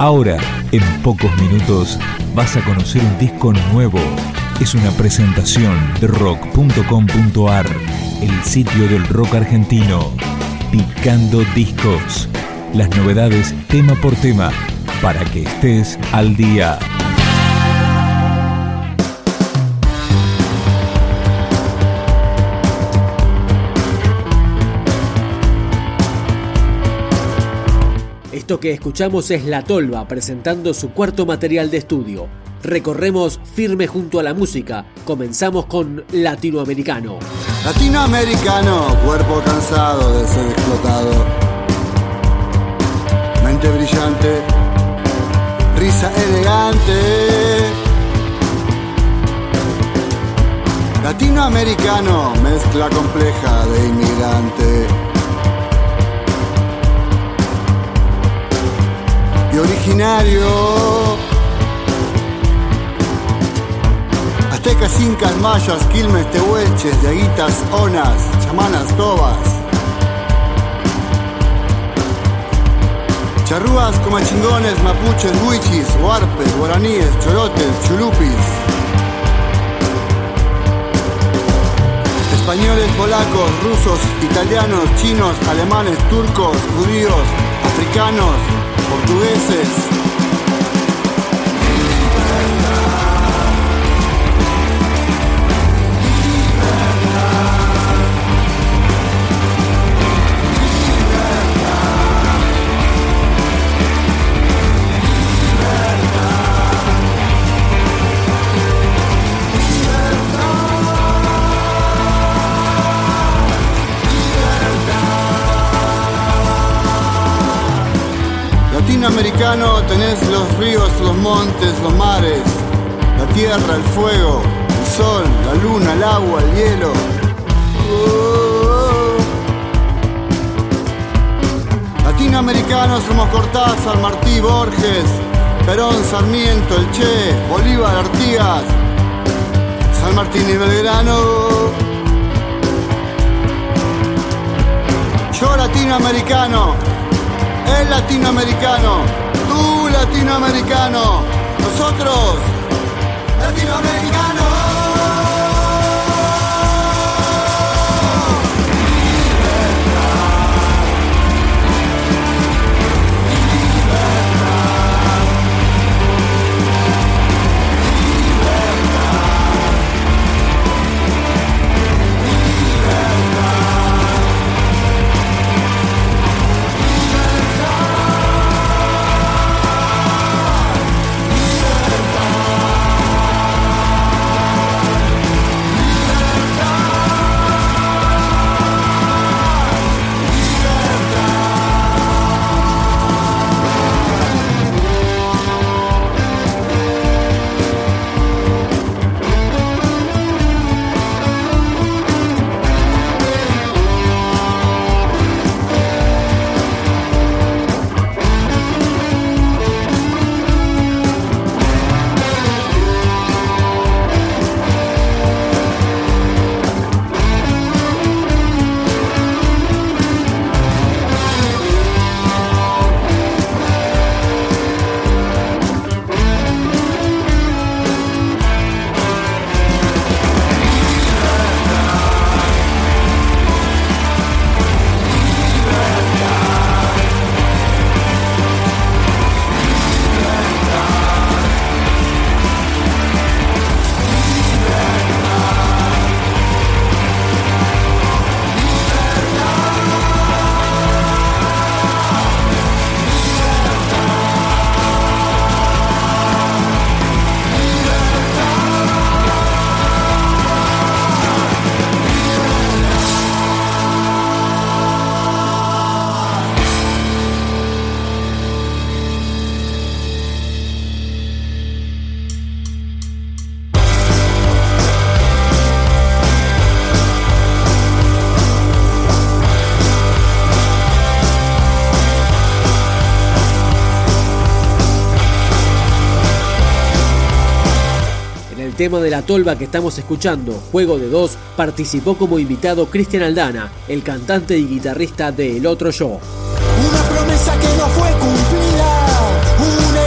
Ahora, en pocos minutos, vas a conocer un disco nuevo. Es una presentación de rock.com.ar, el sitio del rock argentino. Picando discos. Las novedades tema por tema, para que estés al día. Esto que escuchamos es La Tolva presentando su cuarto material de estudio. Recorremos firme junto a la música. Comenzamos con Latinoamericano. Latinoamericano, cuerpo cansado de ser explotado. Mente brillante, risa elegante. Latinoamericano, mezcla compleja de inmigrante y originario. Aztecas, incas, mayas, quilmes, tehuelches, diaguitas, onas, chamanas, tobas, charrúas, comachingones, mapuches, huichis, huarpes, guaraníes, chorotes, chulupis, españoles, polacos, rusos, italianos, chinos, alemanes, turcos, judíos, africanos, portugueses. Latinoamericano, tenés los ríos, los montes, los mares, la tierra, el fuego, el sol, la luna, el agua, el hielo. Latinoamericanos somos Cortázar, Martí, Borges, Perón, Sarmiento, el Che, Bolívar, Artigas, San Martín y Belgrano. Yo latinoamericano, el latinoamericano, tú latinoamericano, nosotros latinoamericanos. el tema de La Tolva que estamos escuchando, Juego de Dos, participó como invitado Cristian Aldana, el cantante y guitarrista de El Otro Yo. Una promesa que no fue cumplida, una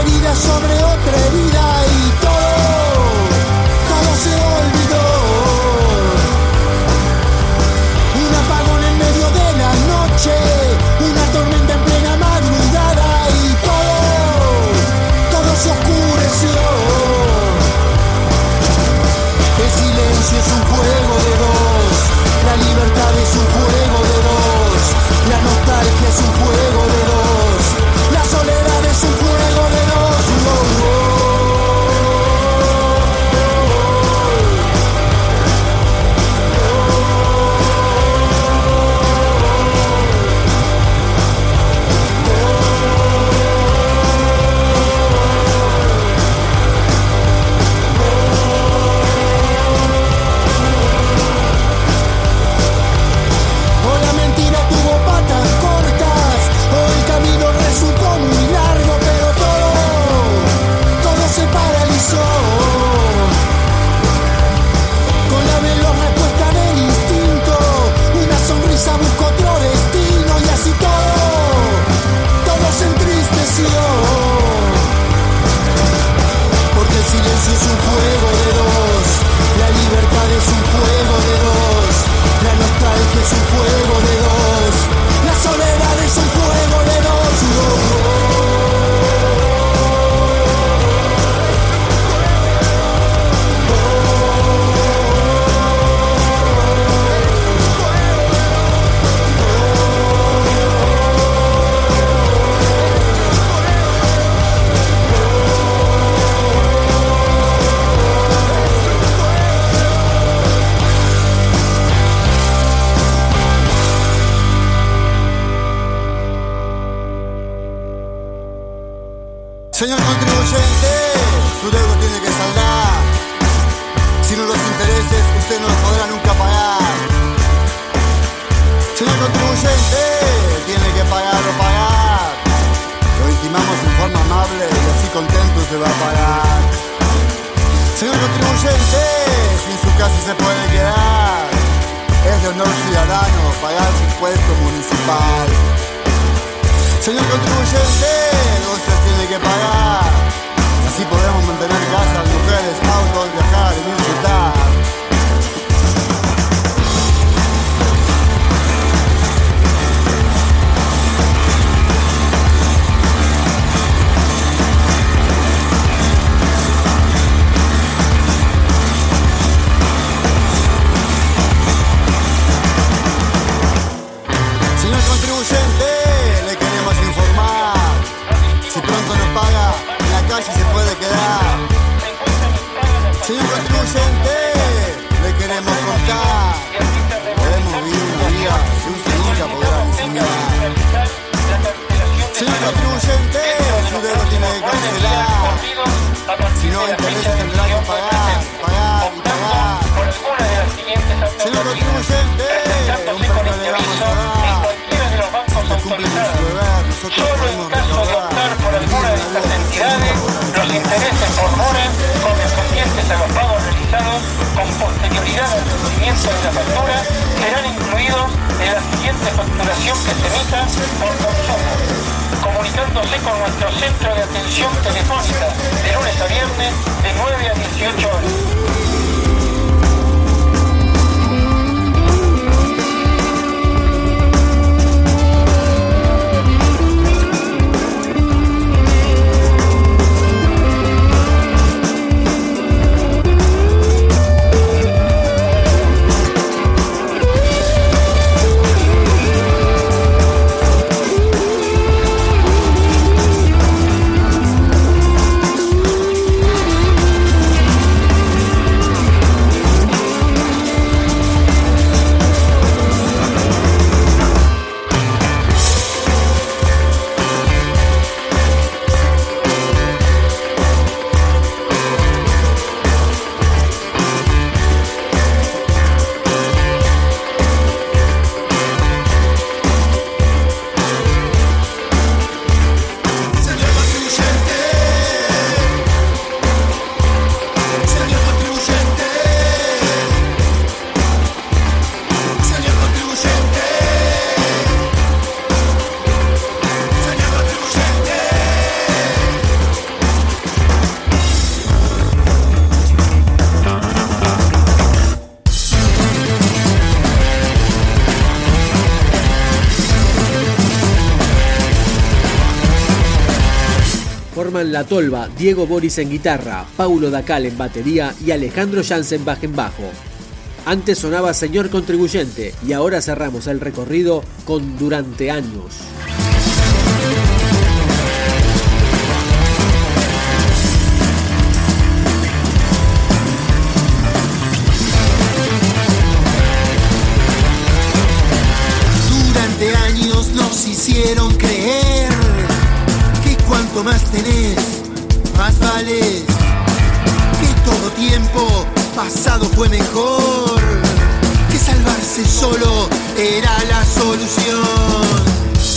Señor contribuyente, su deuda tiene que saldar. Sin los intereses usted no los podrá nunca pagar. Señor contribuyente, tiene que pagar o pagar. Lo intimamos en forma amable y así contento se va a pagar. Señor contribuyente, sin su casa se puede quedar. Es de honor ciudadano pagar su impuesto municipal. Señor contribuyente, usted tiene que pagar. Así podemos mantener casas, mujeres, autos, viajar y disfrutar. Señor contribuyente, le queremos informar. Si pronto no paga, en la calle se puede quedar. Señor contribuyente, le queremos contar. Podemos vivir una vida que usted nunca podrá enseñar. Señor contribuyente, su deuda tiene que cancelar. Si no interesa tendrá que pagar, pagar y pagar. Señor contribuyente, un premio le vamos a dar. Si usted cumple con su deber, nosotros podemos recaudar por alguna de estas entidades los intereses por mora correspondientes a los pagos realizados con posterioridad al vencimiento de la factura serán incluidos en la siguiente facturación que se emita por consumo, comunicándose con nuestro centro de atención telefónica de lunes a viernes de 9 a 18 horas. Forman La Tolva, Diego Boris en guitarra, Paulo Dacal en batería y Alejandro Jansenbach en bajo. Antes sonaba Señor Contribuyente y ahora cerramos el recorrido con Durante Años. Durante años nos hicieron creer que cuanto más tenés, más vales, que todo tiempo pasado fue mejor, que salvarse solo era la solución.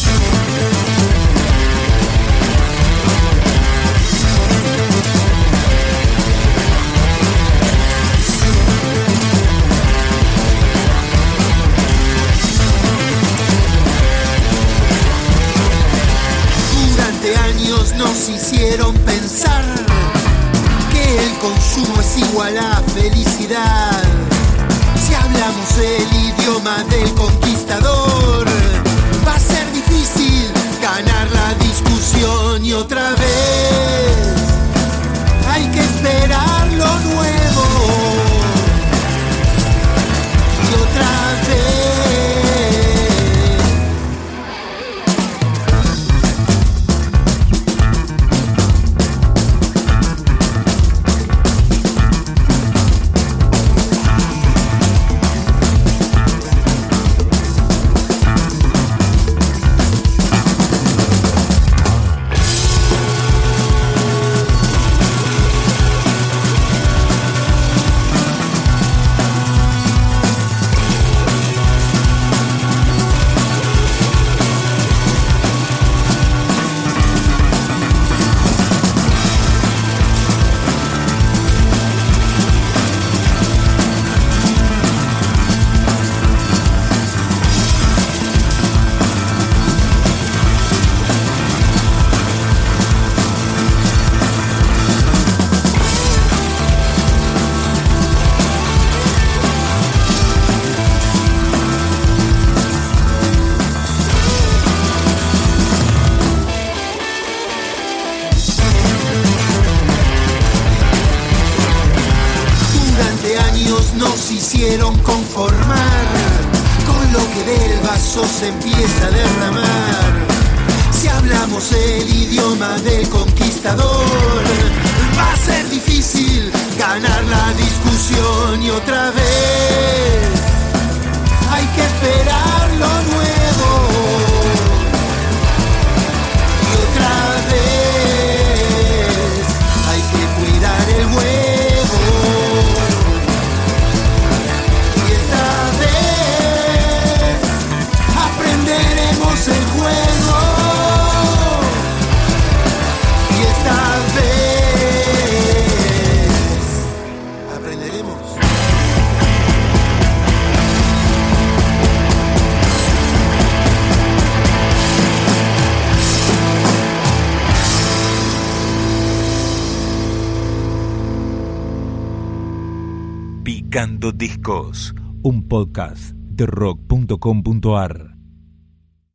Durante años nos hicieron pensar que el consumo es igual a felicidad. Si hablamos el idioma del conquistador, va a ser difícil ganar la discusión y otra vez hay que esperar lo nuevo y otra vez. nos hicieron conformar con lo que del vaso se empieza a derramar. Si hablamos el idioma del conquistador, va a ser difícil ganar la discusión y otra vez hay que esperar lo nuevo. Y otra vez hay que cuidar el huevo. Y esta vez aprenderemos el juego. Y esta vez aprenderemos. Picando Discos, un podcast de rock.com.ar.